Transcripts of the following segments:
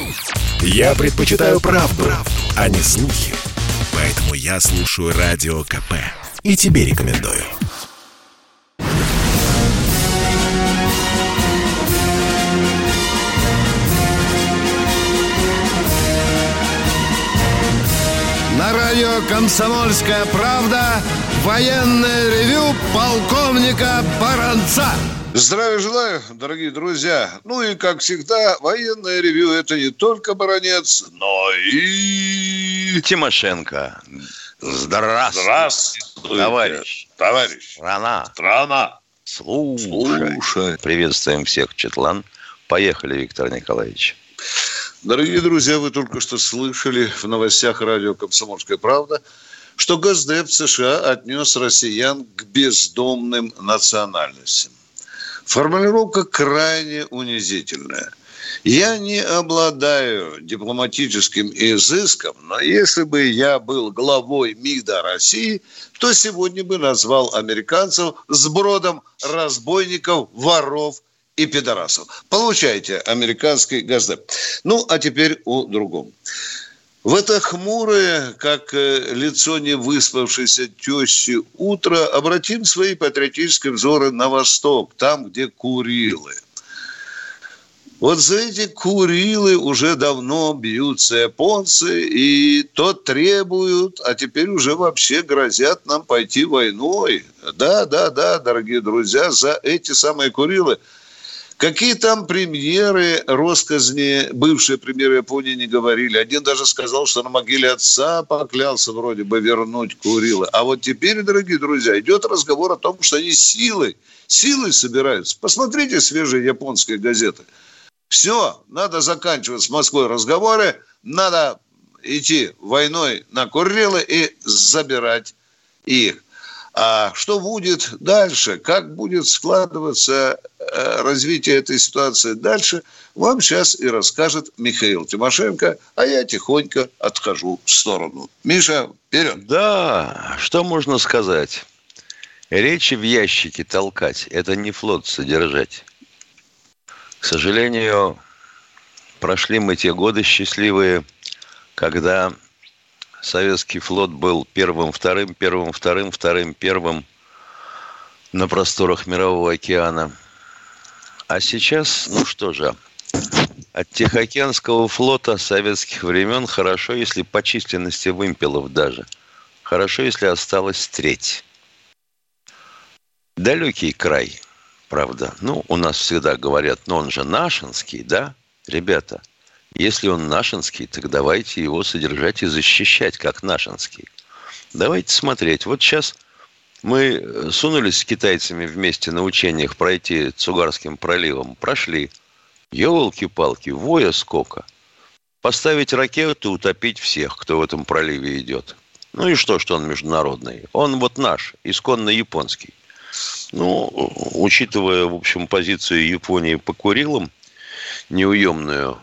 Я предпочитаю правду, а не слухи. Поэтому я слушаю Радио КП. И тебе рекомендую. На радио «Комсомольская правда» военное ревю полковника Баранца. Здравия желаю, дорогие друзья. Ну и, как всегда, военное ревью – это не только Баранец, но и... Тимошенко. Здравствуйте, товарищ. Страна. Слушай. Приветствуем всех, Четлан. Поехали, Виктор Николаевич. Дорогие друзья, вы только что слышали в новостях радио «Комсомольская правда», что Госдеп США отнес россиян к бездомным национальностям. Формулировка крайне унизительная. Я не обладаю дипломатическим изыском, но если бы я был главой МИДа России, то сегодня бы назвал американцев сбродом разбойников, воров и пидорасов. Получайте, американский Госдеп. Ну, а теперь о другом. В это хмурое, как лицо невыспавшейся тещи утро, обратим свои патриотические взоры на восток, там, где Курилы. Вот за эти Курилы уже давно бьются японцы, и то требуют, а теперь уже вообще грозят нам пойти войной. Да, дорогие друзья, за эти самые Курилы. Какие там премьеры, россказни, бывшие премьеры Японии не говорили. Один даже сказал, что на могиле отца поклялся вроде бы вернуть Курилы. А вот теперь, дорогие друзья, идет разговор о том, что они силой собираются. Посмотрите свежие японские газеты. Все, надо заканчивать с Москвой разговоры, надо идти войной на Курилы и забирать их. А что будет дальше, как будет складываться развитие этой ситуации дальше, вам сейчас и расскажет Михаил Тимошенко, а я тихонько отхожу в сторону. Миша, вперед! Да, что можно сказать? Речи в ящике толкать – это не флот содержать. К сожалению, прошли мы те годы счастливые, когда советский флот был первым, вторым на просторах Мирового океана. А сейчас, ну что же, от Тихоокеанского флота советских времен хорошо, если по численности вымпелов даже. Хорошо, если осталась треть. Далекий край, правда. Ну, у нас всегда говорят, но он же нашинский, да? Ребята, если он нашинский, так давайте его содержать и защищать как нашинский. Давайте смотреть. Вот сейчас мы сунулись с китайцами вместе на учениях пройти Цугарским проливом. Прошли. Ёлки-палки, воя сколько. Поставить ракету, утопить всех, кто в этом проливе идет. Ну и что он международный? Он вот наш, исконно японский. Ну, учитывая, в общем, позицию Японии по Курилам, неуемную,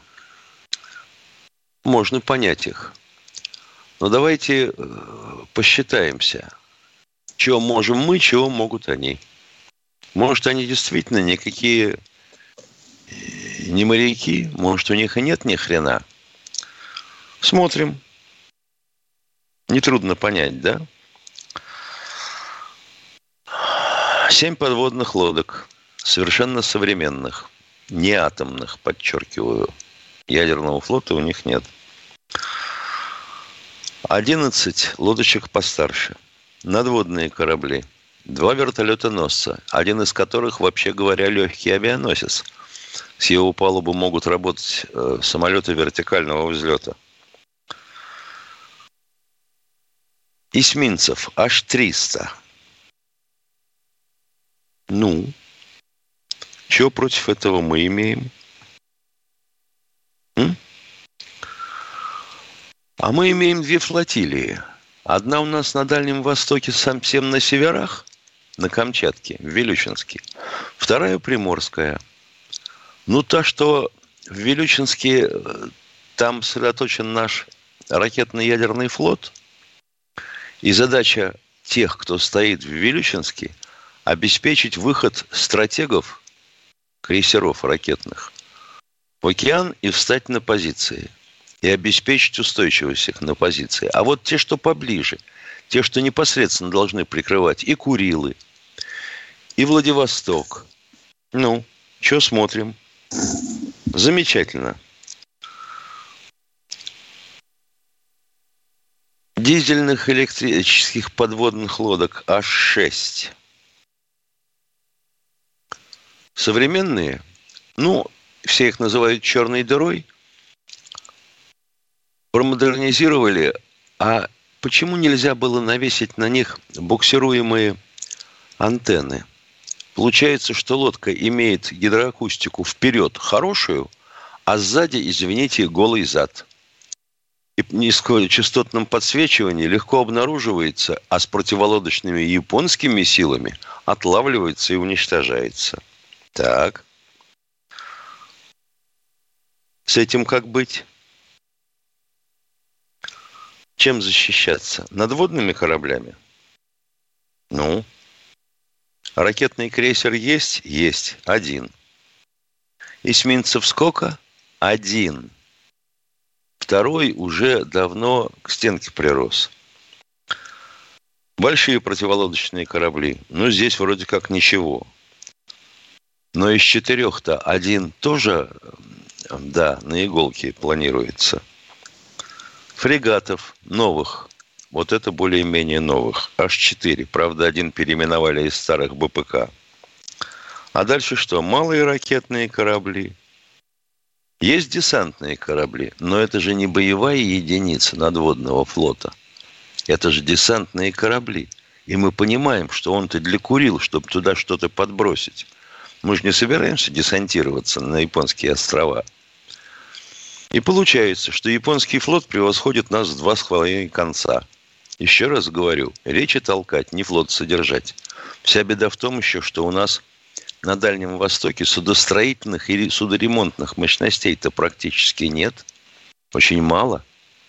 можно понять их. Но давайте посчитаемся. Чего можем мы, чего могут они. Может, они действительно никакие не моряки, может, у них и нет ни хрена. Смотрим. Нетрудно понять, да? 7 подводных лодок, совершенно современных, не атомных, подчеркиваю. Ядерного флота у них нет. 11 лодочек постарше. Надводные корабли. 2 вертолетоносца, один из которых, вообще говоря, легкий авианосец. С его палубы могут работать самолеты вертикального взлета. Эсминцев аж 300. Ну, что против этого мы имеем? А мы имеем 2 флотилии. Одна у нас на Дальнем Востоке, совсем на северах, на Камчатке, в Вилючинске. Вторая Приморская. Ну, та, что в Вилючинске, там сосредоточен наш ракетно-ядерный флот. И задача тех, кто стоит в Вилючинске, обеспечить выход стратегов, крейсеров ракетных, в океан и встать на позиции. И обеспечить устойчивость их на позиции. А вот те, что поближе, те, что непосредственно должны прикрывать и Курилы, и Владивосток. Ну, что смотрим? Замечательно. Дизельных электрических подводных лодок аж 6. Современные, ну, все их называют черной дырой, промодернизировали. А почему нельзя было навесить на них буксируемые антенны? Получается, что лодка имеет гидроакустику вперед хорошую, а сзади, извините, голый зад. И в низкочастотном подсвечивании легко обнаруживается, а с противолодочными японскими силами отлавливается и уничтожается. Так. С этим как быть? Чем защищаться? Надводными кораблями? Ну? Ракетный крейсер есть? Есть. 1. Эсминцев сколько? 1. Второй уже давно к стенке прирос. Большие противолодочные корабли. Ну, здесь вроде как ничего. Но из 4-то 1 тоже, да, на иголке планируется. Фрегатов новых. Вот это более-менее новых. Аж 4. Правда, 1 переименовали из старых БПК. А дальше что? Малые ракетные корабли. Есть десантные корабли, но это же не боевая единица надводного флота. Это же десантные корабли. И мы понимаем, что он-то для Курил, чтобы туда что-то подбросить. Мы же не собираемся десантироваться на японские острова. И получается, что японский флот превосходит нас в 2,5 конца. Еще раз говорю, речи толкать, не флот содержать. Вся беда в том еще, что у нас на Дальнем Востоке судостроительных и судоремонтных мощностей-то практически нет. Очень мало.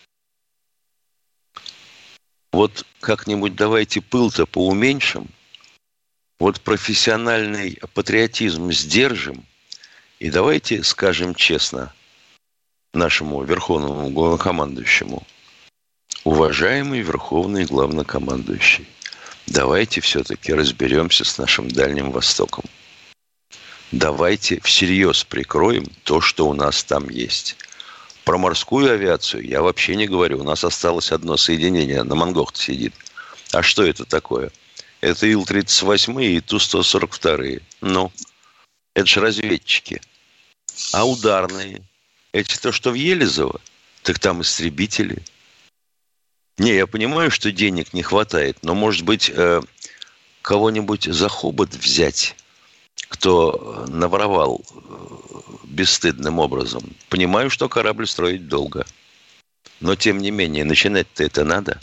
Вот как-нибудь давайте пыл-то поуменьшим. Вот профессиональный патриотизм сдержим. И давайте скажем честно нашему верховному главнокомандующему: уважаемый верховный главнокомандующий, давайте все-таки разберемся с нашим Дальним Востоком. Давайте всерьез прикроем то, что у нас там есть. Про морскую авиацию я вообще не говорю. У нас осталось одно соединение, на Монгохте сидит. А что это такое? Это Ил-38 и Ту-142. Ну, это же разведчики. А ударные? Эти то, что в Елизово? Так там истребители. Не, я понимаю, что денег не хватает, но, может быть, кого-нибудь за хобот взять, кто наворовал бесстыдным образом. Понимаю, что корабль строить долго. Но, тем не менее, начинать-то это надо.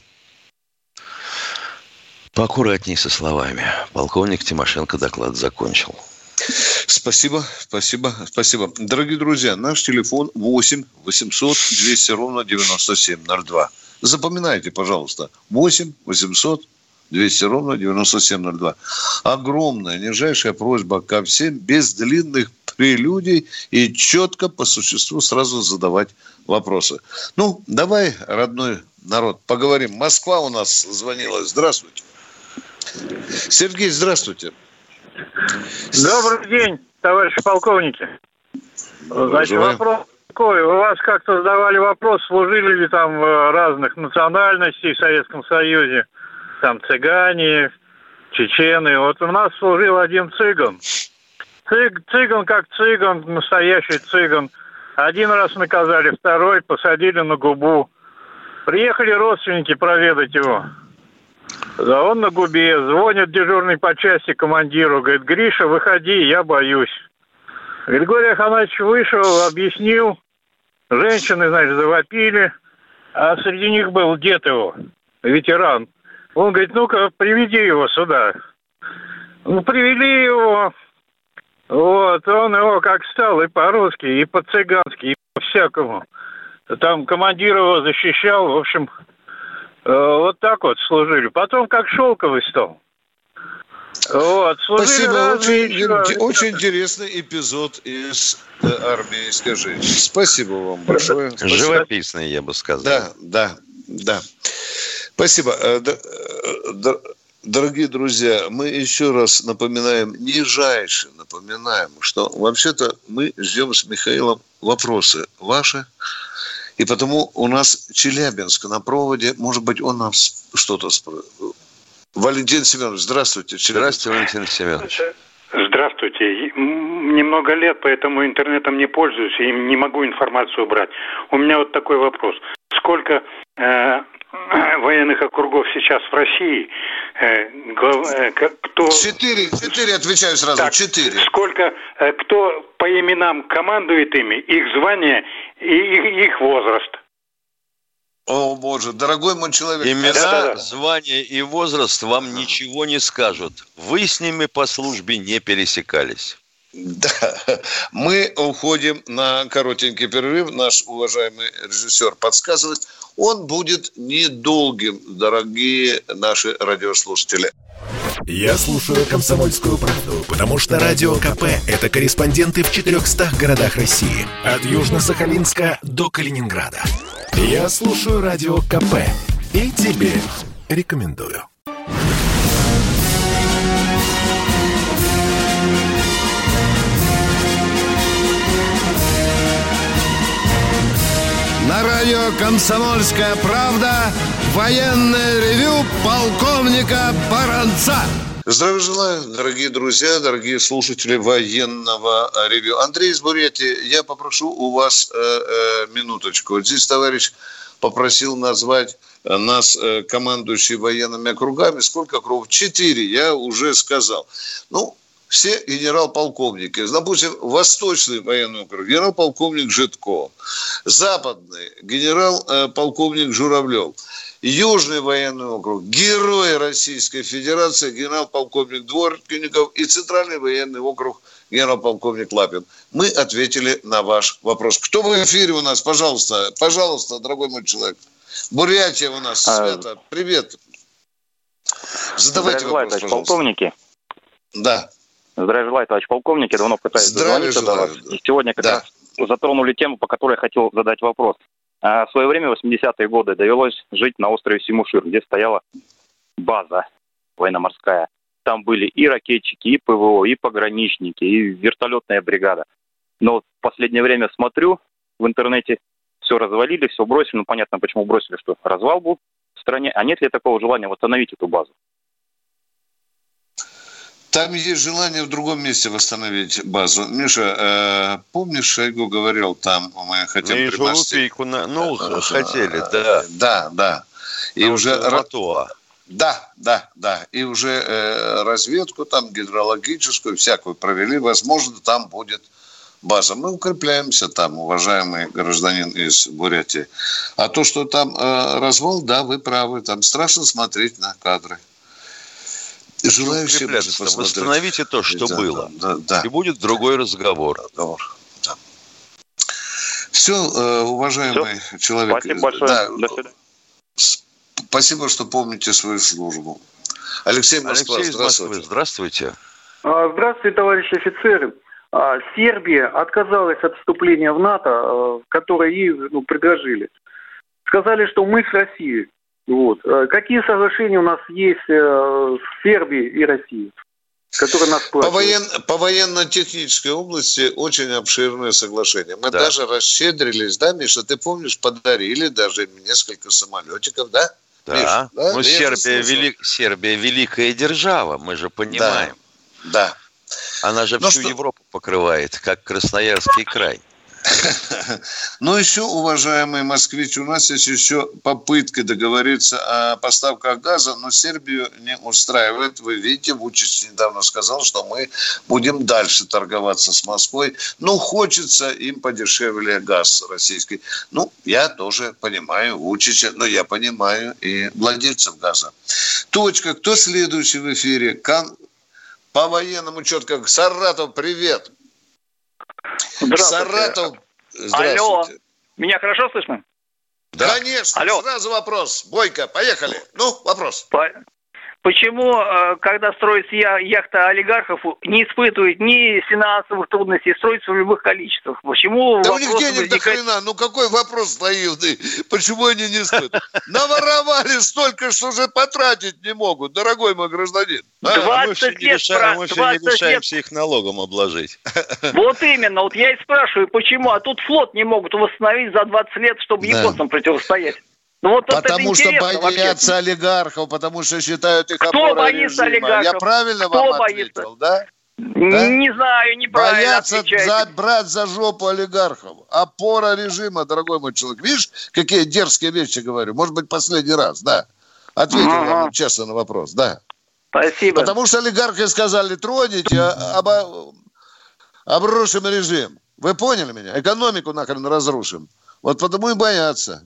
Поаккуратней со словами. Полковник Тимошенко доклад закончил. Спасибо. Дорогие друзья, наш телефон 8 800 200 ровно 9702. Запоминайте, пожалуйста. 8 800 200 ровно 9702. Огромная, нижайшая просьба ко всем без длинных прелюдий и четко по существу сразу задавать вопросы. Ну, давай, родной народ, поговорим. Москва у нас звонила. Здравствуйте. Сергей, здравствуйте. Добрый день, товарищи полковники. Значит, вопрос такой. У вас как-то задавали вопрос, служили ли там разных национальностей в Советском Союзе. Там цыгане, чечены. Вот у нас служил один цыган. Цыган как цыган, настоящий цыган. Один раз наказали, второй посадили на губу. Приехали родственники проведать его. Да он на губе. Звонит дежурный по части командиру. Говорит: Гриша, выходи, я боюсь. Григорий Афанасьевич вышел, объяснил. Женщины, значит, завопили. А среди них был дед его, ветеран. Он говорит: ну-ка, приведи его сюда. Ну, привели его. Вот, он его как стал и по-русски, и по-цыгански, и по-всякому. Там командир его защищал, в общем, вот так вот служили. Потом как шелковый стал. Вот, спасибо, очень интересный эпизод из армейской жизни. Спасибо вам большое. Спасибо. Живописный, я бы сказал. Да. Спасибо. Дорогие друзья, мы еще раз нижайше напоминаем, что вообще-то мы ждем с Михаилом вопросы ваши, и потому у нас Челябинск на проводе, может быть, он нам что-то спросит. Валентин Семенович, здравствуйте. Здравствуйте, Валентин Семенович. Здравствуйте. Немного лет, поэтому интернетом не пользуюсь и не могу информацию брать. У меня вот такой вопрос. Сколько военных округов сейчас в России? Кто... Четыре, отвечаю сразу. Так, 4. Сколько, кто по именам командует ими, их звание и их возраст? О, Боже, дорогой мой человек. Имена, звание и возраст вам ничего не скажут. Вы с ними по службе не пересекались. Да, мы уходим на коротенький перерыв. Наш уважаемый режиссер подсказывает. Он будет недолгим, дорогие наши радиослушатели. Я слушаю «Комсомольскую правду», потому что Радио КП – это корреспонденты в 400 городах России. От Южно-Сахалинска до Калининграда. Я слушаю Радио КП и тебе рекомендую. На радио «Комсомольская правда» военное ревю полковника Баранца. Здравия желаю, дорогие друзья, дорогие слушатели военного ревью. Андрей из Бурятии, я попрошу у вас минуточку. Вот здесь товарищ попросил назвать нас командующий военными округами. Сколько округов? 4, я уже сказал. Все генерал-полковники. Допустим, Восточный военный округ, генерал-полковник Житко. Западный, генерал-полковник Журавлев. Южный военный округ, герой Российской Федерации, генерал-полковник Дворников. И Центральный военный округ, генерал-полковник Лапин. Мы ответили на ваш вопрос. Кто в эфире у нас? Пожалуйста, дорогой мой человек. Бурятия у нас. Света, привет. Задавайте вопрос, пожалуйста. Полковники. Да. Здравия желаю, товарищ полковник. Я давно пытаюсь дозвониться до вас. И сегодня как раз затронули тему, по которой я хотел задать вопрос. В свое время, в 80-е годы, довелось жить на острове Симушир, где стояла база военно-морская. Там были и ракетчики, и ПВО, и пограничники, и вертолетная бригада. Но в последнее время смотрю, в интернете все развалили, все бросили. Понятно, почему бросили, что развал был в стране. А нет ли такого желания восстановить эту базу? Там есть желание в другом месте восстановить базу. Миша, помнишь, Шойгу говорил, там мы хотим примостить... хотели, да. Да. И уже... Матуа. Да. И уже разведку там, гидрологическую, всякую провели. Возможно, там будет база. Мы укрепляемся там, уважаемый гражданин из Бурятии. А то, что там развал, да, вы правы. Там страшно смотреть на кадры. Желающие восстановите то, что было. Да. И будет другой разговор. Да. Все, уважаемый человек. Спасибо большое. Да. До свидания. Спасибо, что помните свою службу. Алексей Москва, здравствуйте. Здравствуйте. Здравствуйте, товарищи офицеры. Сербия отказалась от вступления в НАТО, которое ей предложили. Сказали, что мы с Россией. Какие соглашения у нас есть с Сербией и Россией, которые нас платят? По военно-технической области очень обширное соглашение. Мы даже расщедрились, да, Миша, ты помнишь, подарили даже несколько самолетиков, да? Да. Миша, да? Сербия великая держава, мы же понимаем. Да. Она же всю Европу покрывает, как Красноярский край. Но еще, уважаемый москвич, у нас есть еще попытка договориться о поставках газа, но Сербию не устраивает. Вы видите, Вучич недавно сказал, что мы будем дальше торговаться с Москвой. Хочется им подешевле газ российский. Я тоже понимаю Вучича, но я понимаю и владельцев газа. Точка. Кто следующий в эфире? По военному четко. Саратов, привет. Саратов, здравствуйте. Алло, меня хорошо слышно? Да. Конечно, Алло. Сразу вопрос. Бойко, поехали. Вопрос. почему, когда строится яхта олигархов, не испытывает ни финансовых трудностей, строится в любых количествах? Почему да у них денег до хрена, ну какой вопрос наивный? Почему они не испытывают? Наворовали столько, что уже потратить не могут, дорогой мой гражданин. Мы же не решаемся их налогом обложить. Вот именно, вот я и спрашиваю, почему? А тут флот не могут восстановить за 20 лет, чтобы японцам противостоять. Ну, вот потому что боятся олигархов, потому что считают их опорой. Кто боится олигархов? Я правильно Кто вам ответил, да? Не знаю, неправильно боятся брать за жопу олигархов. Опора режима, дорогой мой человек. Видишь, какие дерзкие вещи говорю? Может быть, последний раз, да? Ответил вам честно на вопрос, да. Спасибо. Потому что олигархи сказали, троните, обрушим режим. Вы поняли меня? Экономику нахрен разрушим. Вот потому и боятся.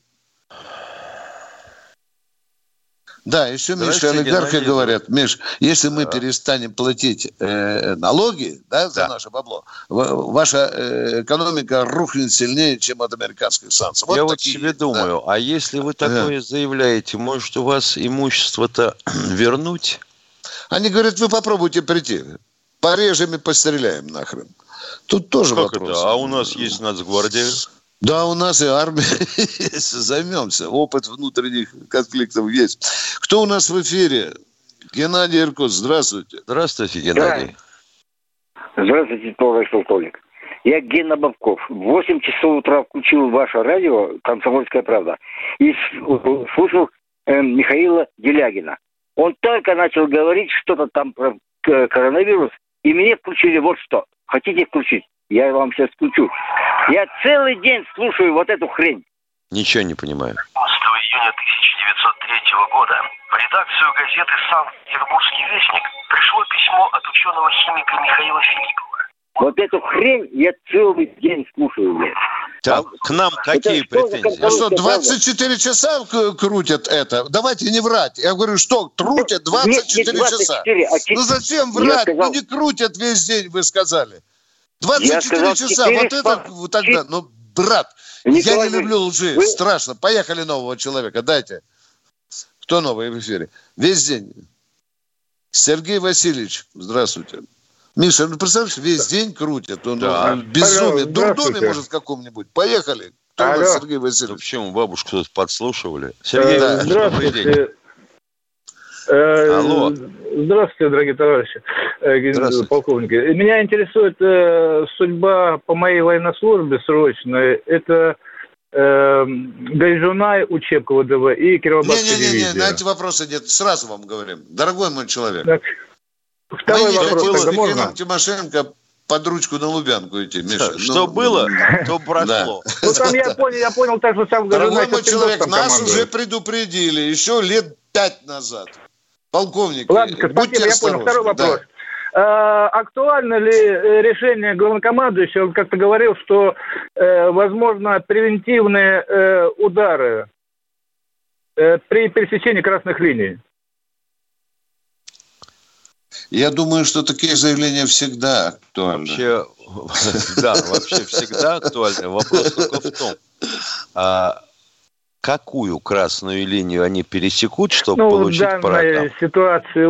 Да, еще, Миша, олигархи говорят, Миш, если мы перестанем платить налоги, да, за наше бабло, ваша экономика рухнет сильнее, чем от американских санкций. Вот я вот себе думаю, а если вы такое заявляете, может, у вас имущество-то вернуть? Они говорят, вы попробуйте прийти, порежем и постреляем нахрен. Тут тоже как вопрос. Это? А у нас есть Нацгвардия. Да, у нас и армия есть, займемся. Опыт внутренних конфликтов есть. Кто у нас в эфире? Геннадий Иркутск, здравствуйте. Здравствуйте, Геннадий. Здравствуйте, товарищ полковник. Я Гена Бабков. В 8 часов утра включил ваше радио «Комсомольская правда» и слушал Михаила Делягина. Он только начал говорить что-то там про коронавирус, и мне включили вот что. Хотите включить? Я вам сейчас включу. Я целый день слушаю вот эту хрень. Ничего не понимаю. 15 июня 1903 года в редакцию газеты «Санкт-Петербургский вестник» пришло письмо от ученого-химика Михаила Филиппова. Вот эту хрень я целый день слушаю. Так, к нам какие претензии? Ну что, 24 часа крутят это? Давайте не врать. Я говорю, что, крутят 24 часа? Ну зачем врать? Ну не крутят весь день, вы сказали. 24 часа, вот это тогда, ну, брат, я не люблю лжи, страшно. Поехали нового человека, дайте. Кто новый в эфире? Весь день. Сергей Васильевич, здравствуйте. Миша, ну представляешь, весь день крутят. Он безумие, дурдоме может каком-нибудь. Поехали. Кто у нас, Сергей Васильевич? Почему бабушку тут подслушивали? Сергей Васильевич, добрый день. Алло. Здравствуйте, дорогие товарищи, полковники. Меня интересует судьба по моей военнослужбе срочной. Это Гайжунай, учебка ВДВ и Кировоградская дивизия. Не, на эти вопросы нет. Сразу вам говорим. Дорогой мой человек. Так, второй вопрос. Мы не хотим Тимошенко под ручку на Лубянку идти, Миша. Что было, то прошло. Ну там я понял так же сам Гайжунай. Дорогой мой человек, нас уже предупредили еще лет 5 назад. Полковник, ладно, спасибо, я понял. Второй вопрос. Да. Актуально ли решение главнокомандующего? Он как-то говорил, что возможно превентивные удары при пересечении красных линий. Я думаю, что такие заявления всегда актуальны. Вообще всегда актуальны. Вопрос только в том, какую красную линию они пересекут, чтобы получить в данной ситуации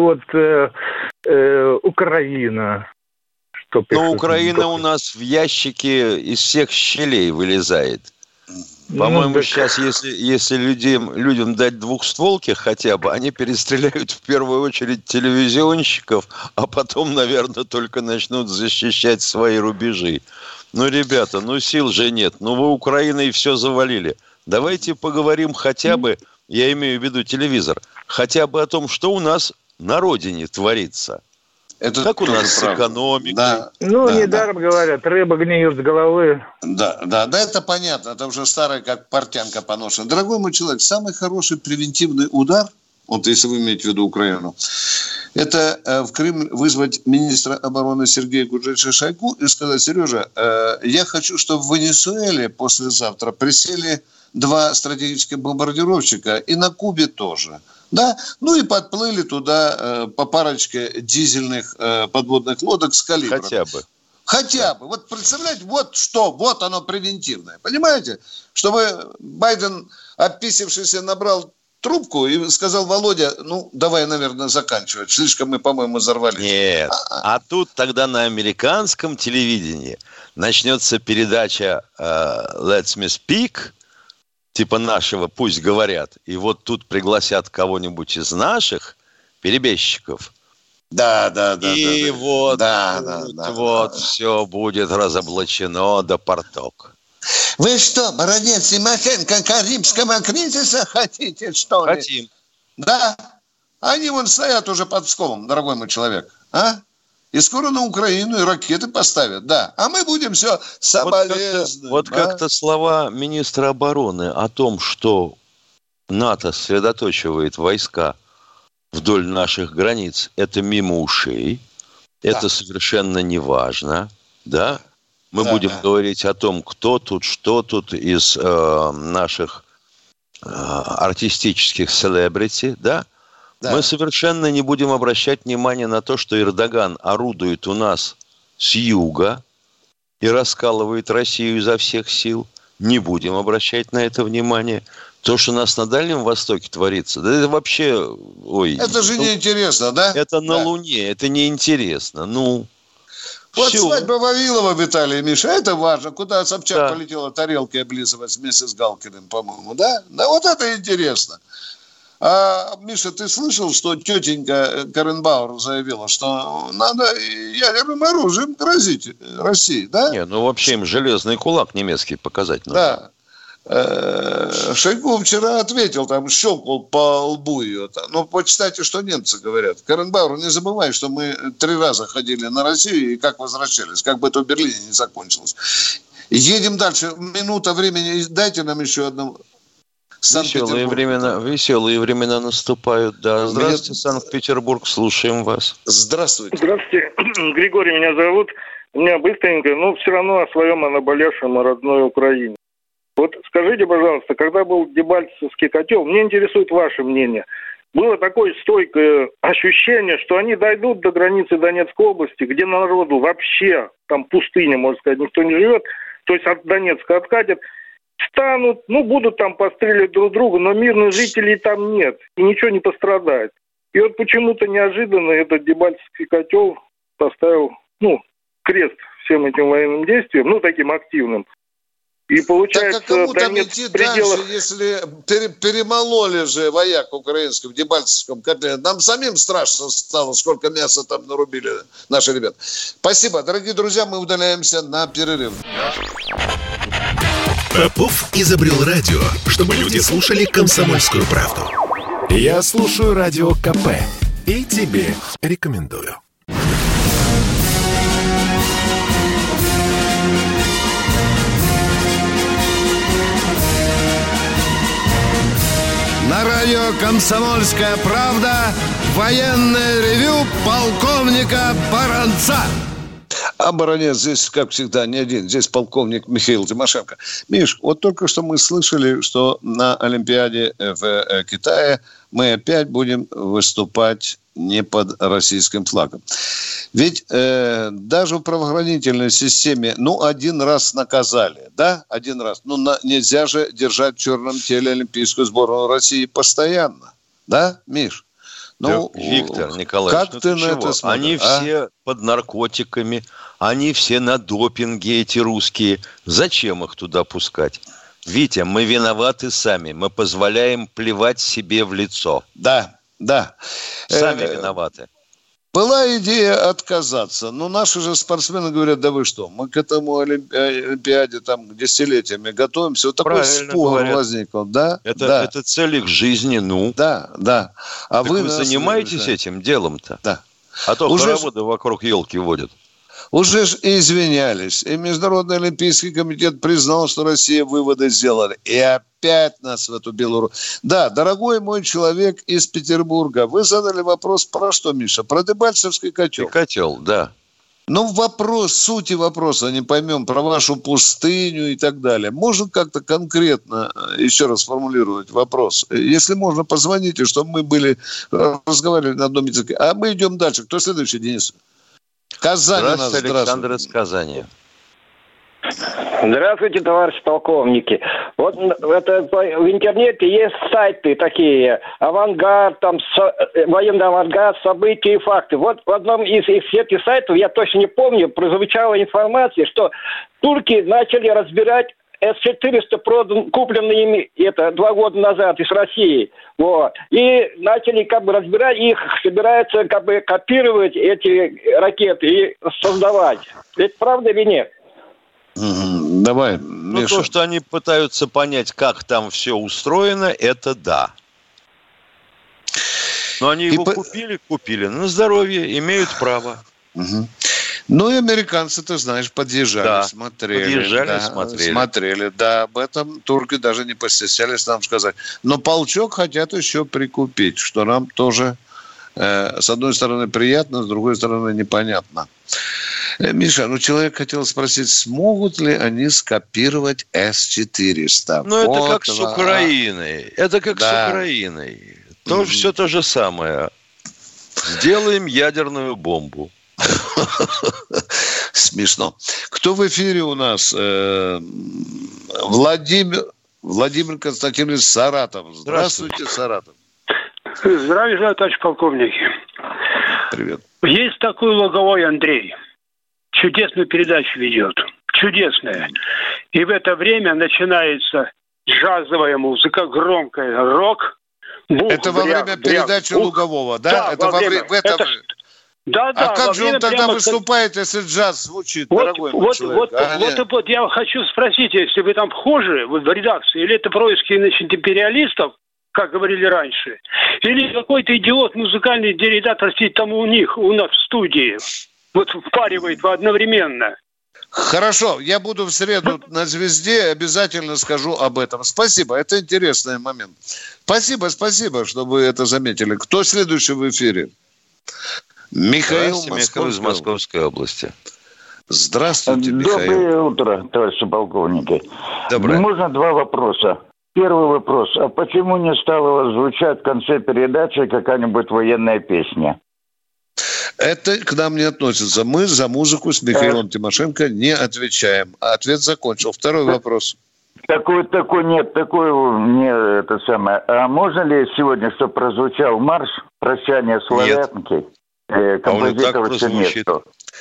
Украина. Украина у нас в ящике из всех щелей вылезает. По-моему, сейчас, если людям дать двухстволки хотя бы, они перестреляют в первую очередь телевизионщиков, а потом, наверное, только начнут защищать свои рубежи. Ну, ребята, сил же нет. Вы Украиной все завалили. Давайте поговорим хотя бы, я имею в виду телевизор, хотя бы о том, что у нас на родине творится. Это как у нас с экономикой. Да, недаром говорят, рыба гниет с головы. Да, это понятно. Это уже старая, как портянка поношена. Дорогой мой человек, самый хороший превентивный удар, вот если вы имеете в виду Украину, это в Кремль вызвать министра обороны Сергея Куджельча Шойгу и сказать: Сережа, я хочу, чтобы в Венесуэле послезавтра присели 2 стратегических бомбардировщика, и на Кубе тоже. Да? И подплыли туда по парочке дизельных подводных лодок с калибром. Хотя бы. Вот представляете, вот оно превентивное. Понимаете? Чтобы Байден, описавшийся, набрал трубку и сказал: Володя, давай, наверное, заканчивать. Слишком мы, по-моему, взорвались. Нет. А тут тогда на американском телевидении начнется передача «Let's Me Speak», типа нашего «Пусть говорят». И вот тут пригласят кого-нибудь из наших перебежчиков. Да. И вот все будет разоблачено до порток. Вы что, Баранец, Тимошенко, Карибского кризиса хотите, что ли? Хотим. Да. Они вон стоят уже под Псковом, дорогой мой человек. А? И скоро на Украину и ракеты поставят, да. А мы будем все соболезновать. Как-то слова министра обороны о том, что НАТО сосредоточивает войска вдоль наших границ, это мимо ушей. Это совершенно не важно, да? Мы будем говорить о том, кто тут, что тут из наших артистических селебрити, да? Мы совершенно не будем обращать внимание на то, что Эрдоган орудует у нас с юга и раскалывает Россию изо всех сил. Не будем обращать на это внимание. То, что у нас на Дальнем Востоке творится, да это вообще... Это же неинтересно, да? Это на Луне, это неинтересно. Вот свадьба Вавилова в Италии, Миша, это важно. Куда Собчак полетела тарелкой облизывать вместе с Галкиным, по-моему, да? Да, вот это интересно. А, Миша, ты слышал, что тетенька Каренбауэр заявила, что надо ядерным оружием грозить России, да? Не, вообще им железный кулак немецкий показать надо. Да. Шойгу вчера ответил, там щелкнул по лбу ее. Почитайте, что немцы говорят. Каренбауэр, не забывай, что мы 3 раза ходили на Россию и как возвращались, как бы это в Берлине не закончилось. Едем дальше. Минута времени. Дайте нам еще одну. Веселые времена наступают, да. Здравствуйте, Санкт-Петербург, слушаем вас. Здравствуйте. Здравствуйте, Григорий меня зовут. У меня быстренько, все равно о своем, о наболевшем, о родной Украине. Вот скажите, пожалуйста, когда был Дебальцевский котел, мне интересует ваше мнение. Было такое стойкое ощущение, что они дойдут до границы Донецкой области, где народу вообще, там пустыня, можно сказать, никто не живет, то есть от Донецка откатят, встанут, будут там постреливать друг друга, но мирных жителей там нет, и ничего не пострадает. И вот почему-то неожиданно этот Дебальцевский котел поставил, крест всем этим военным действиям, таким активным. И получается, так а кому там идти дальше, если перемололи же вояк украинского в Дебальцевском котле? Нам самим страшно стало, сколько мяса там нарубили наши ребята. Спасибо, дорогие друзья, мы удаляемся на перерыв. Попов изобрел радио, чтобы люди слушали «Комсомольскую правду». Я слушаю радио КП и тебе рекомендую. На радио «Комсомольская правда» военное ревю полковника Баранца. А Баранец здесь, как всегда, не один. Здесь полковник Михаил Тимошенко. Миш, вот только что мы слышали, что на Олимпиаде в Китае мы опять будем выступать не под российским флагом. Ведь даже в правоохранительной системе, 1 раз наказали, да? 1 раз. Нельзя же держать в черном теле олимпийскую сборную России постоянно. Да, Миш? Виктор Николаевич, как ты на это смотришь? Они все под наркотиками, они все на допинге, эти русские. Зачем их туда пускать? Витя, мы виноваты сами. Мы позволяем плевать себе в лицо. Да. Сами виноваты. Была идея отказаться. Но наши же спортсмены говорят, да вы что, мы к этому Олимпиаде там десятилетиями готовимся. Вот такой спор возникл, да? Это цель их жизни, Да. А так вы занимаетесь этим делом-то? Да. А то хороводы вокруг елки водят. Уже ж и извинялись. И Международный Олимпийский комитет признал, что Россия выводы сделали. И опять нас в эту белую... Да, дорогой мой человек из Петербурга, вы задали вопрос про что, Миша? Про Дебальцевский котел. И котел, да. Сути вопроса не поймем, про вашу пустыню и так далее. Можно как-то конкретно еще раз сформулировать вопрос? Если можно, позвоните, чтобы мы разговаривали на одном языке. А мы идем дальше. Кто следующий, Денис? Казань у нас. Здравствуйте, Александр из Казани. Здравствуйте, товарищи полковники. Вот в интернете есть сайты такие, авангард, там, военный авангард, события и факты. Вот в одном из этих сайтов, я точно не помню, прозвучала информация, что турки начали разбирать С-400, купленные ими 2 года назад из России. Вот. И начали разбирать их, собираются копировать эти ракеты и создавать. Это правда или нет? Давай, Миша. То, что они пытаются понять, как там все устроено, это да. Но они его купили на здоровье, имеют право. Угу. Ну и американцы, ты знаешь, подъезжали, смотрели. Да, об этом турки даже не постеснялись нам сказать. Но полчок хотят еще прикупить, что нам тоже, с одной стороны, приятно, с другой стороны, непонятно. Миша, человек хотел спросить, смогут ли они скопировать С-400? Ну, это как с Украиной. Это как с Украиной. Все то же самое. Сделаем ядерную бомбу. Смешно. Кто в эфире у нас? Владимир Константинович Саратов. Здравствуйте, Саратов. Здравия желаю, товарищ полковник. Привет. Есть такой Луговой Андрей. Чудесную передачу ведет. Чудесная. И в это время начинается джазовая музыка, громкая, рок. Бух, это во время передачи Лугового, да? Да, это во время. Да, а как же он тогда выступает, если джаз звучит, дорогой мой человек? Вот я хочу спросить, если вы там вхожи в редакции, или это происки, империалистов, как говорили раньше, или какой-то идиот, музыкальный редактор сидит там у нас в студии, вот впаривает одновременно. Хорошо, я буду в среду на «Звезде», обязательно скажу об этом. Спасибо, это интересный момент. Спасибо, что вы это заметили. Кто следующий в эфире? Михаил из Московской области. Здравствуйте, Михаил. Доброе утро, товарищи полковники. Доброе. Можно 2 вопроса. Первый вопрос. А почему не стала звучать в конце передачи какая-нибудь военная песня? Это к нам не относится. Мы за музыку с Михаилом Тимошенко не отвечаем. Ответ закончил. Второй вопрос. Такой не это самое. А можно ли сегодня, чтобы прозвучал марш «Прощание славянки»? Композитора Чернецкого.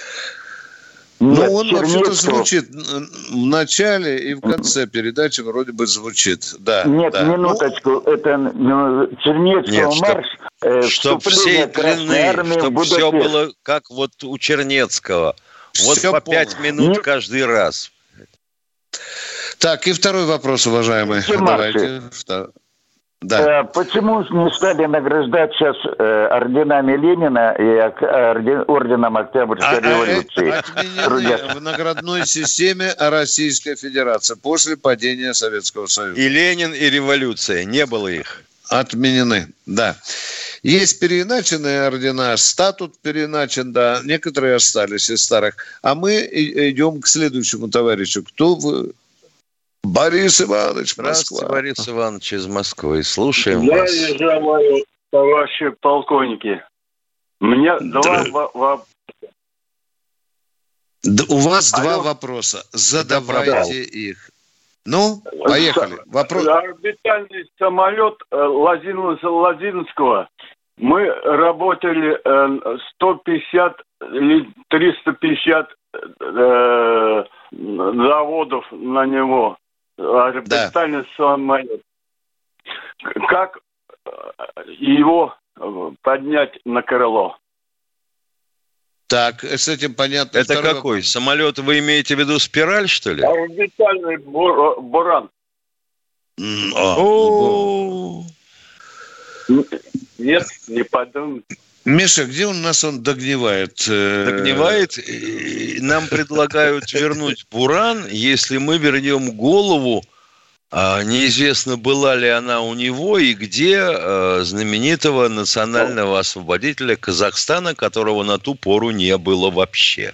Он вообще-то звучит в начале и в конце передачи вроде бы звучит. Да. Нет, минуточку. Это Чернецкого марш. Чтоб всей длины, чтобы все было как вот у Чернецкого. Вот по 5 минут каждый раз. Так, и второй вопрос, уважаемые. Давайте. Да. Почему не стали награждать сейчас орденами Ленина и орденом Октябрьской революции? Отменены в наградной системе Российской Федерации после падения Советского Союза. И Ленин, и революция. Не было их. Отменены, да. Есть переиначенные ордена, статут переиначен, да. Некоторые остались из старых. А мы идем к следующему товарищу. Кто вы? Борис Иванович, Москва. Здравствуйте, Борис Иванович из Москвы. Слушаем вас. Уважаемые товарищи полковники, у меня 2 вопроса. У вас 2 вопроса. Задавайте их. Ну, поехали. Вопрос. Орбитальный самолет Лазинского. Мы работали 150 или 350 заводов на него. Орбитальный самолет. Как его поднять на крыло? Так, с этим понятно. Это какой? Самолет вы имеете в виду спираль, что ли? Орбитальный буран. Нет, не подумай. Миша, где у нас он догнивает? Догнивает. Нам предлагают вернуть буран, если мы вернем голову. Неизвестно, была ли она у него и где знаменитого национального освободителя Казахстана, которого на ту пору не было вообще.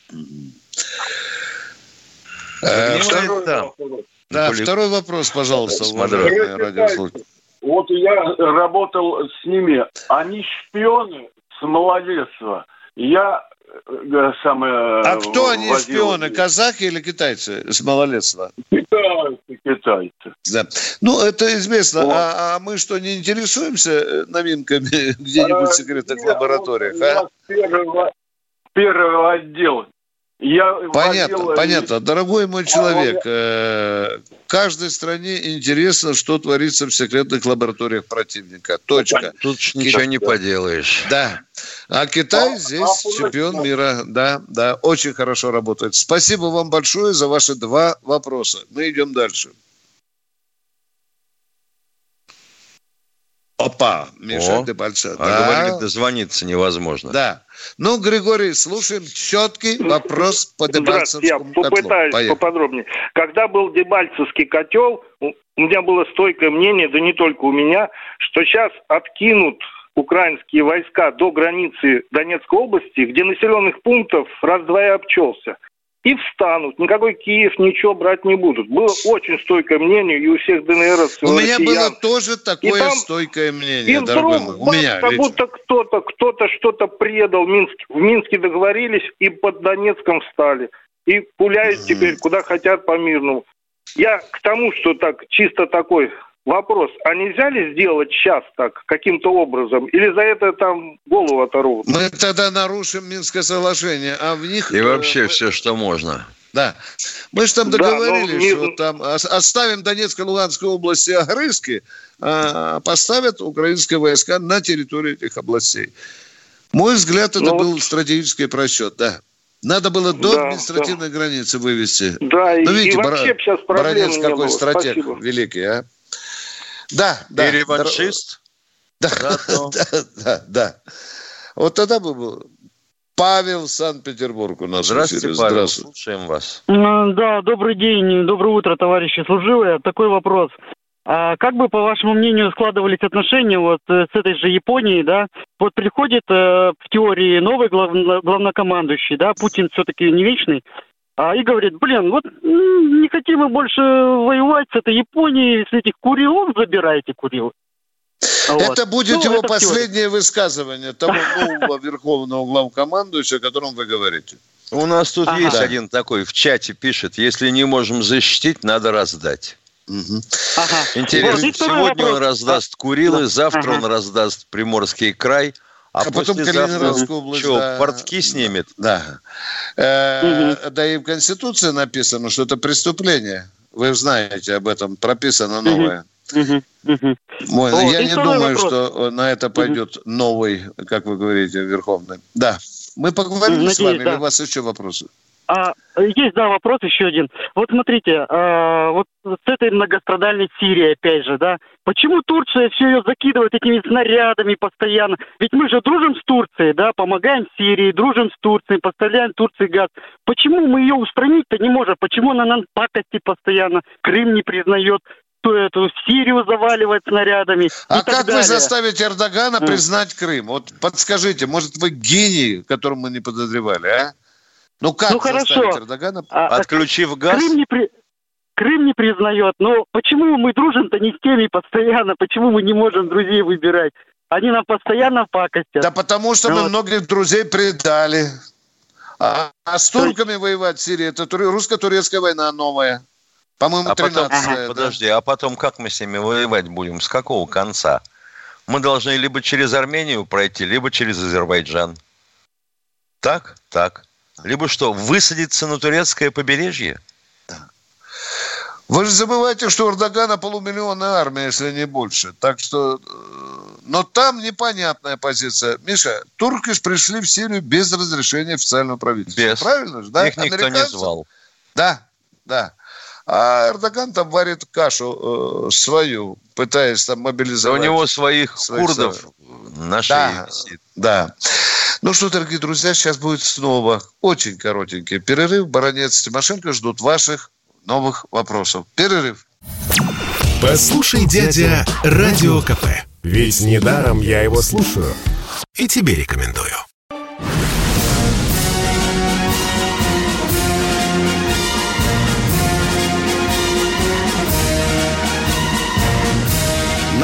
Второй вопрос, пожалуйста, уважаемые радиослушатели. Вот я работал с ними. Они шпионы с малолетства. Я самое... А кто они шпионы, казахи или китайцы с малолетства? Китайцы. Да. Ну, это известно. Вот. А мы что, не интересуемся новинками где-нибудь в секретных лабораториях? Первый отдел. Понятно. Дорогой мой человек, каждой стране интересно, что творится в секретных лабораториях противника. Точка. Тут ничего не поделаешь. Да. А Китай здесь чемпион мира. Да. Очень хорошо работает. Спасибо вам большое за ваши 2 вопроса. Мы идем дальше. Опа, Миша, ты большая. Говорили, дозвониться невозможно. Да. Ну, Григорий, слушаем четкий вопрос по Дебальцевскому котлу. Я попытаюсь поподробнее. Когда был Дебальцевский котел, у меня было стойкое мнение, да не только у меня, что сейчас откинут украинские войска до границы Донецкой области, где населенных пунктов раз-два и обчелся. И встанут. Никакой Киев ничего брать не будут. Было очень стойкое мнение и у всех ДНРовцев. У меня было тоже такое стойкое мнение, дорогой мой. У меня как будто кто-то что-то предал. В Минске договорились и под Донецком встали. И пуляют теперь куда хотят по мирному. Я к тому, что так чисто такой вопрос. А нельзя ли сделать сейчас так, каким-то образом? Или за это там голову оторвут? Мы тогда нарушим Минское соглашение, а в них... И вообще все, что можно. Да. Мы же там договорились, что там оставим Донецкой и Луганской области огрызки, а поставят украинские войска на территории этих областей. Мой взгляд, это был стратегический просчет, да. Надо было до административной границы вывести. Да, видите, и вообще сейчас проблем Баранец какой было. Стратег Спасибо. Великий, а? Да. И реваншист? Да. Вот тогда бы был. Павел, Санкт-Петербург у нас. Здравствуйте, Павел, слушаем вас. Да, добрый день, доброе утро, товарищи служивые. Такой вопрос. А как бы, по вашему мнению, складывались отношения вот с этой же Японией, да? Вот приходит в теории новый главнокомандующий, да, Путин все-таки не вечный, и говорит, вот не хотим мы больше воевать с этой Японией, с этих Курилов забирайте Курилов. Это будет его последнее высказывание того нового верховного главкомандующего, о котором вы говорите. У нас тут есть один такой, в чате пишет, если не можем защитить, надо раздать. Интересно, сегодня он раздаст Курилы, завтра он раздаст Приморский край, а потом Калининградскую область. Что, портки снимет? Да. Да и в Конституции написано, что это преступление. Вы знаете об этом, прописано новое. Я не думаю, что на это пойдет новый, как вы говорите, верховный. Да. Мы поговорили с вами, или у вас еще вопросы? Есть, вопрос еще один. Вот смотрите, вот с этой многострадальной Сирией, опять же, да, почему Турция все ее закидывает этими снарядами постоянно? Ведь мы же дружим с Турцией, да, помогаем Сирии, дружим с Турцией, поставляем Турции газ. Почему мы ее устранить-то не можем? Почему она нам пакости постоянно, Крым не признает, эту Сирию заваливает снарядами? А как вы заставите Эрдогана признать Крым? Вот подскажите, может, вы гений, которым мы не подозревали, а? Как заставить Эрдогана? Отключив газ? Крым не признает. Но почему мы дружим-то не с теми постоянно? Почему мы не можем друзей выбирать? Они нам постоянно пакостят. Да потому что мы многих друзей предали. А с турками воевать в Сирии, это русско-турецкая война новая. По-моему, 13-я. Подожди, а потом как мы с ними воевать будем? С какого конца? Мы должны либо через Армению пройти, либо через Азербайджан. Так? Либо что, высадиться на турецкое побережье? Вы же забываете, что у Эрдогана 500 000 армия, если не больше. Так что... Но там непонятная позиция. Миша, турки же пришли в Сирию без разрешения официального правительства. Правильно же, да? Их никто не звал. Да. А Эрдоган там варит кашу свою, пытаясь там мобилизовать. Да у него своих курдов на шее висит. Да. Ну что, дорогие друзья, сейчас будет снова очень коротенький перерыв. Баранец, Тимошенко ждут ваших новых вопросов. Перерыв. Послушай, дядя, Радио КП. Ведь недаром я его слушаю. И тебе рекомендую.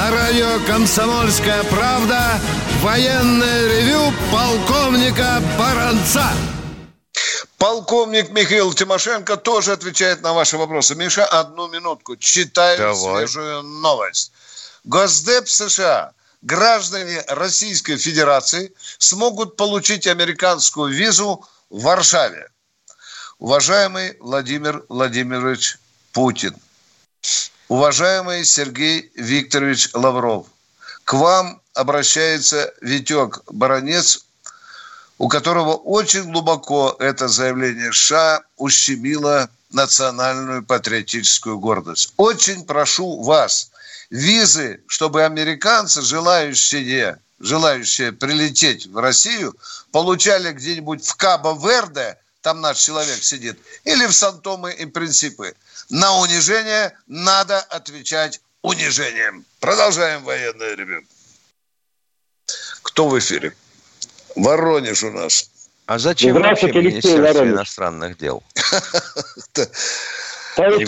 на радио «Комсомольская правда» военное ревю полковника Баранца. Полковник Михаил Тимошенко тоже отвечает на ваши вопросы. Миша, одну минутку. Читаю свежую новость. Госдеп США, граждане Российской Федерации смогут получить американскую визу в Варшаве. Уважаемый Владимир Владимирович Путин, уважаемый Сергей Викторович Лавров, к вам обращается Витек Баранец, у которого очень глубоко это заявление США ущемило национальную патриотическую гордость. Очень прошу вас, визы, чтобы американцы, желающие прилететь в Россию, получали где-нибудь в Кабо-Верде, там наш человек сидит, или в Сан-Томе и Принсипы. На унижение надо отвечать унижением. Продолжаем военное ревю. Кто в эфире? Воронеж у нас. А зачем вообще Министерство иностранных дел? Товарищ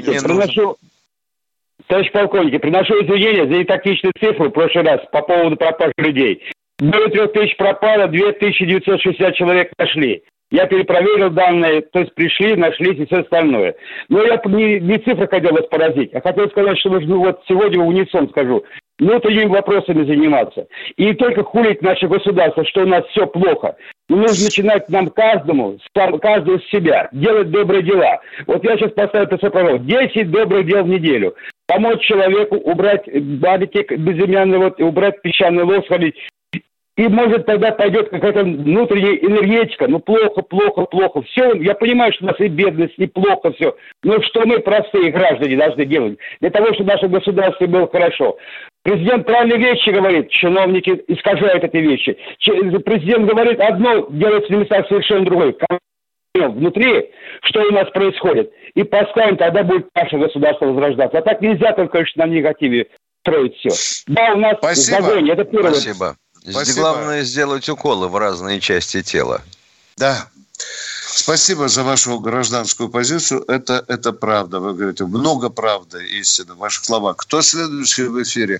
полковник, приношу извинения за нетактичные цифры в прошлый раз по поводу пропаж людей. Более 3000 пропало, 2960 человек нашли. Я перепроверил данные, то есть пришли, нашлись и все остальное. Но я не цифры хотел вас поразить, а хотел сказать, что нужно вот сегодня в унисон скажу, внутренними вопросами заниматься. И не только хулить наше государство, что у нас все плохо. Но нужно начинать нам каждому с себя, делать добрые дела. Вот я сейчас поставлю это все правило. 10 добрых дел в неделю. Помочь человеку, убрать бабики безымянные, убрать песчаный лов, сходить. И, может, тогда пойдет какая-то внутренняя энергетика. Ну, плохо. Все, я понимаю, что у нас и бедность, и плохо все. Но что мы, простые граждане, должны делать? Для того, чтобы наше государство было хорошо. Президент правильные вещи говорит, чиновники искажают эти вещи. Президент говорит одно, делается на местах совершенно другое. Внутри, что у нас происходит. И поставим, тогда будет наше государство возрождаться. А так нельзя только, конечно, на негативе строить все. Да, у нас загонь, это первое. Спасибо. Здесь главное сделать уколы в разные части тела. Да. Спасибо за вашу гражданскую позицию. Это правда. Вы говорите, много правды, истины в ваших словах. Кто следующий в эфире?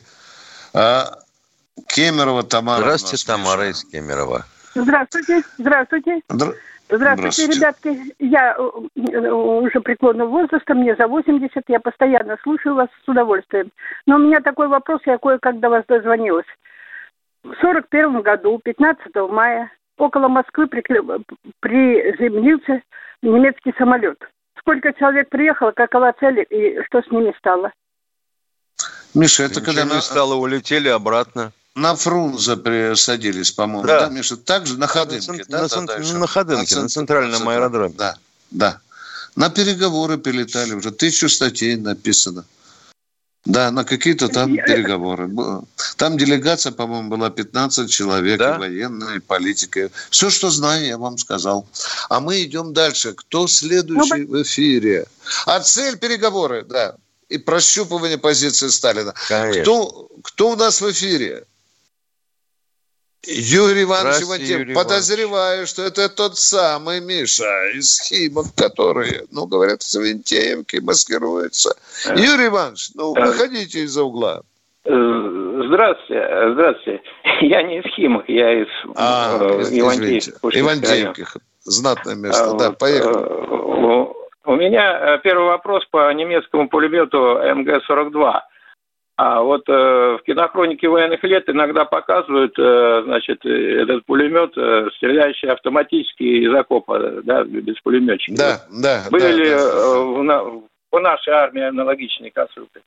Кемерово Тамара. Здравствуйте, Тамара из Кемерово. Здравствуйте. Здравствуйте, ребятки. Я уже преклонного возраста, мне за 80, я постоянно слушаю вас с удовольствием. Но у меня такой вопрос, я кое-как до вас дозвонилась. В 1941 году, 15 мая, около Москвы приземлился немецкий самолет. Сколько человек приехало, какова цель и что с ними стало? Миша, это когда не стало, улетели обратно. На Фрунзе присадились, по-моему. Да, Миша, также на Ходынке. На Ходынке, на центральном аэродроме. Да. На переговоры прилетали, уже 1000 статей написано. Да, на какие-то там переговоры. Там делегация, по-моему, была 15 человек, да? Военные, политики. Все, что знаю, я вам сказал. А мы идем дальше. Кто следующий в эфире? А цель переговоры, да. И прощупывание позиции Сталина. Кто у нас в эфире? Юрий Иванович Ивантеев. Подозреваю, что это тот самый Миша из Химок, который, говорят, в Савентеевке маскируется. Юрий Иванович, выходите из-за угла. Здравствуйте. Я не из Химок, я из Ивантеевки. Знатное место. Да, поехали. У меня первый вопрос по немецкому пулемету МГ-42. А вот в кинохронике военных лет иногда показывают, этот пулемет, стреляющий автоматически из окопа, да, без пулеметчика. Да. Были ли в нашей армии аналогичные конструкции?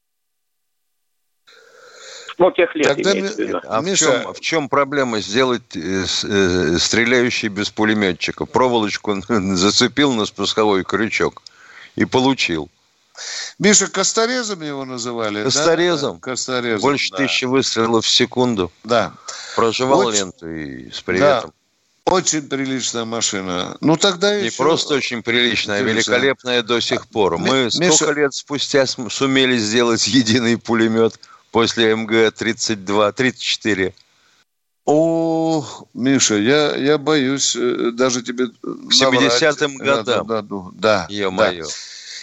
Тех лет имеется в виду. А в чем проблема сделать стреляющий без пулеметчика? Проволочку зацепил на спусковой крючок и получил. Миша, косторезом его называли? Косторезом. Да? Косторезом. Больше 1000 выстрелов в секунду. Да. Прожевал ленту и с приветом. Да. Очень приличная машина. Тогда не просто очень приличная, а великолепная до сих пор. Мы столько лет спустя сумели сделать единый пулемет после МГ-32-34. О, Миша, я боюсь даже тебе к 70-м годам. Да. Ё-моё.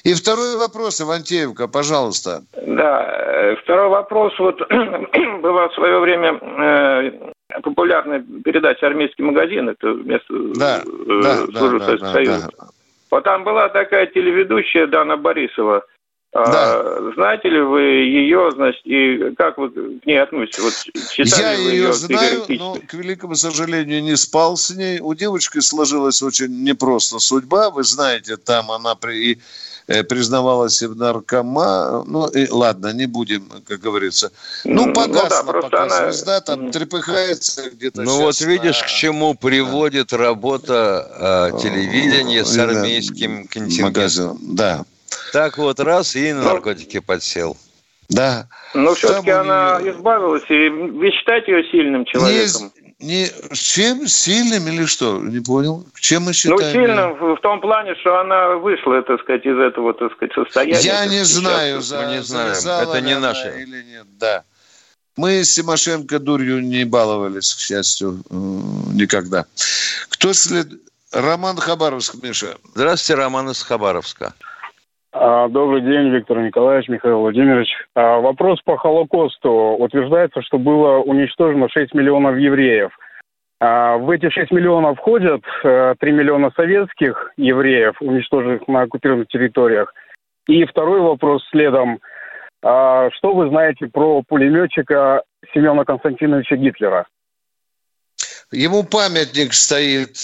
И второй вопрос, Ивантеевка, пожалуйста. Да, второй вопрос. Вот была в свое время популярная передача «Армейский магазин». Это место службы Советского Союза. Вот там была такая телеведущая Дана Борисова. Знаете ли вы ее, значит, и как вы к ней относитесь? Вот, я ее знаю, но, к великому сожалению, не спал с ней. У девочки сложилась очень непросто судьба. Вы знаете, там она признавалась и в наркома. Ну, и ладно, не будем, как говорится. Ну, погасла пока звезда, там трепыхается где-то. Ну, вот видишь, к чему приводит работа телевидения с армейским контингентом. Да. Так вот, раз и на наркотики подсел. Да. Но все-таки она избавилась, и вы считаете ее сильным человеком? Чем? Сильным или что? Не понял. Чем мы считаем? Ну, сильным в том плане, что она вышла, так сказать, из этого, так сказать, состояния. Я не знаю, мы не знаем. Это не наше. Или нет, да. Мы с Тимошенко дурью не баловались, к счастью, никогда. Кто Роман Хабаровск, Миша. Здравствуйте, Роман из Хабаровска. Добрый день, Виктор Николаевич, Михаил Владимирович. Вопрос по Холокосту. Утверждается, что было уничтожено 6 миллионов евреев. В эти 6 миллионов входят 3 миллиона советских евреев, уничтоженных на оккупированных территориях. И второй вопрос следом. Что вы знаете про пулеметчика Семена Константиновича Гитлера? Ему памятник стоит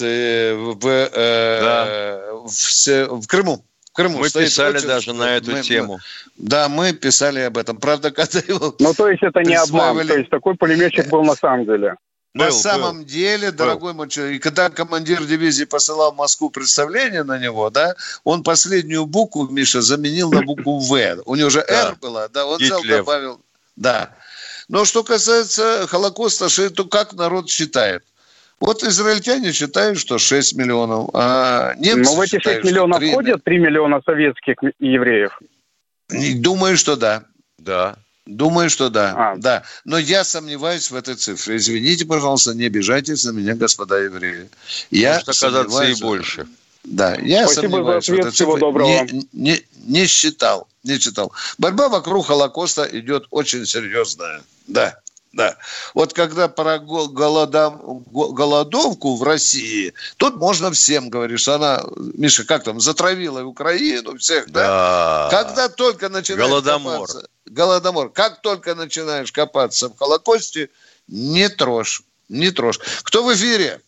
в Крыму. Мы писали даже на эту тему. Да, мы писали об этом. Правда, когда его... Ну, то есть это не обман. То есть такой пулеметчик был на самом деле. На самом деле, дорогой мой человек, и когда командир дивизии посылал в Москву представление на него, да, он последнюю букву, Миша, заменил на букву «В». У него же «Р» была, да, он взял, добавил... Да. Но что касается Холокоста, то как народ считает? Вот израильтяне считают, что 6 миллионов, а немцы. Но в эти 6 миллионов входят 3 миллиона советских евреев? Думаю, что да. Да. Думаю, что да. Да. Но я сомневаюсь в этой цифре. Извините, пожалуйста, не обижайтесь на меня, господа евреи. Может оказаться и больше. Да, я сомневаюсь в этой цифре. Не считал. Борьба вокруг Холокоста идет очень серьезная. Да. Да. Вот когда про голодовку в России, тут можно всем говорить, что она, Миша, как там, затравила Украину, всех, да? Когда только начинаешь Голодомор. Как только начинаешь копаться в Холокосте, не трожь. Кто в эфире?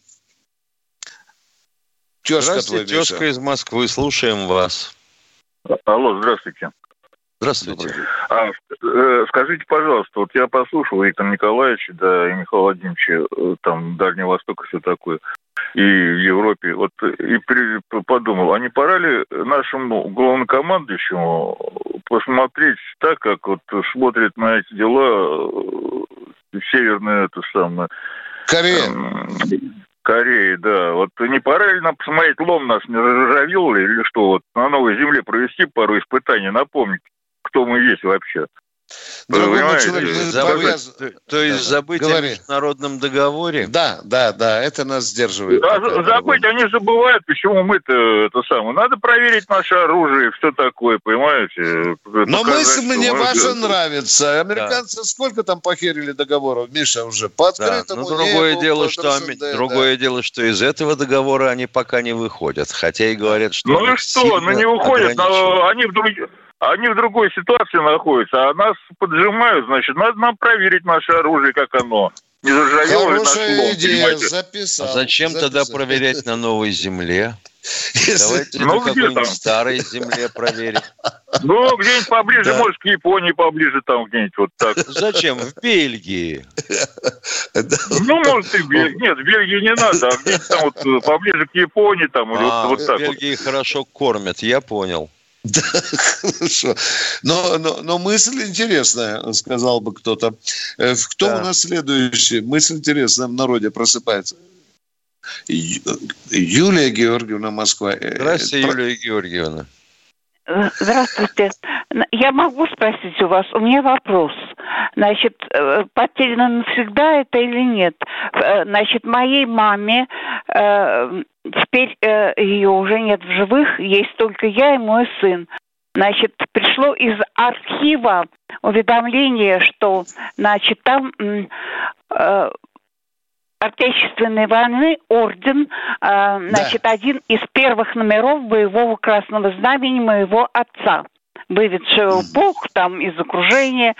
Тезка твой, Миша. Тезка из Москвы, слушаем вас. Алло, здравствуйте. Здравствуйте. Скажите, пожалуйста, вот я послушал Виктора Николаевича, да, и Михаила Владимировича, там, Дальний Восток и все такое, и в Европе, вот, и подумал, а не пора ли нашему главнокомандующему посмотреть так, как вот смотрит на эти дела северная, Корея, да. Вот не пора ли нам посмотреть, лом нас не разжавил ли, или что, вот на новой земле провести пару испытаний, напомнить, кто мы есть вообще. То есть забыть о международном договоре? Да, это нас сдерживает. Забыть, они забывают, почему мы-то это самое. Надо проверить наше оружие, все такое, понимаете? Но мне ваше нравится. Американцы сколько там похерили договоров, Миша, уже по открытому небу. Другое дело, что из этого договора они пока не выходят. Хотя и говорят, что... Ну и что, не выходят, но они в другой ситуации находятся, а нас поджимают, значит, надо нам проверить наше оружие, как оно. Не заржавело ли наш лом, понимаете? Записал. А зачем тогда проверять на новой земле? Давайте на какой-нибудь старой земле проверим. Ну, где-нибудь поближе, может, к Японии поближе, там где-нибудь вот так. Зачем? В Бельгии. Ну, может, и в Бельгии. Нет, в Бельгии не надо, а где-нибудь там вот поближе к Японии, там, или вот так вот. В Бельгии хорошо кормят, я понял. Да, хорошо. Но мысль интересная, сказал бы кто-то. Кто у нас следующий? Мысль интересная в народе просыпается. Юлия Георгиевна, Москва. Здравствуйте, Юлия Георгиевна. Здравствуйте. Я могу спросить у вас? У меня вопрос. Значит, потеряно навсегда это или нет? Значит, моей маме теперь ее уже нет в живых, есть только я и мой сын. Значит, пришло из архива уведомление, что, значит, там Отечественной войны орден, значит, один из первых номеров боевого красного знамени моего отца, выведшего полк там из окружения.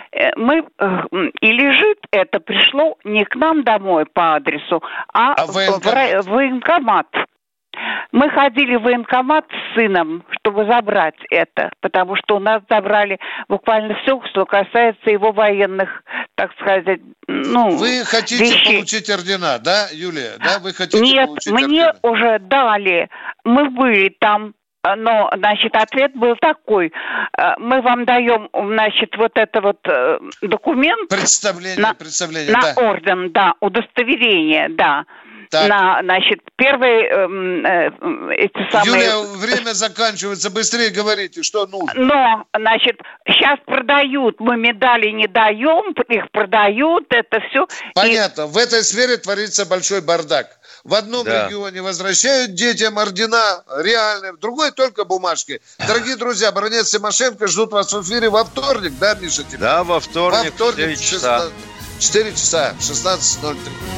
И лежит это, пришло не к нам домой по адресу, а в военкомат. Мы ходили в военкомат с сыном, чтобы забрать это, потому что у нас забрали буквально все, что касается его военных, так сказать, Вы хотите вещей. получить ордена, да, Юлия? Да, вы хотите Нет, получить мне ордена? уже дали, мы были там, но, значит, ответ был такой: мы вам даем, значит, вот это вот документ. Представление, на да. орден, да, удостоверение, да. Так. На, значит, первые эти самые... Юлия, время заканчивается. Быстрее говорите, что нужно. Но, значит, сейчас продают. Мы медали не даем, их продают, это все. Понятно. В этой сфере творится большой бардак. В одном регионе возвращают детям ордена реальные, в другой только бумажки. Дорогие друзья, баронец Тимошенко ждут вас в эфире во вторник, да, Миша? Да, во вторник, 4 часа. 4 часа, 16:03.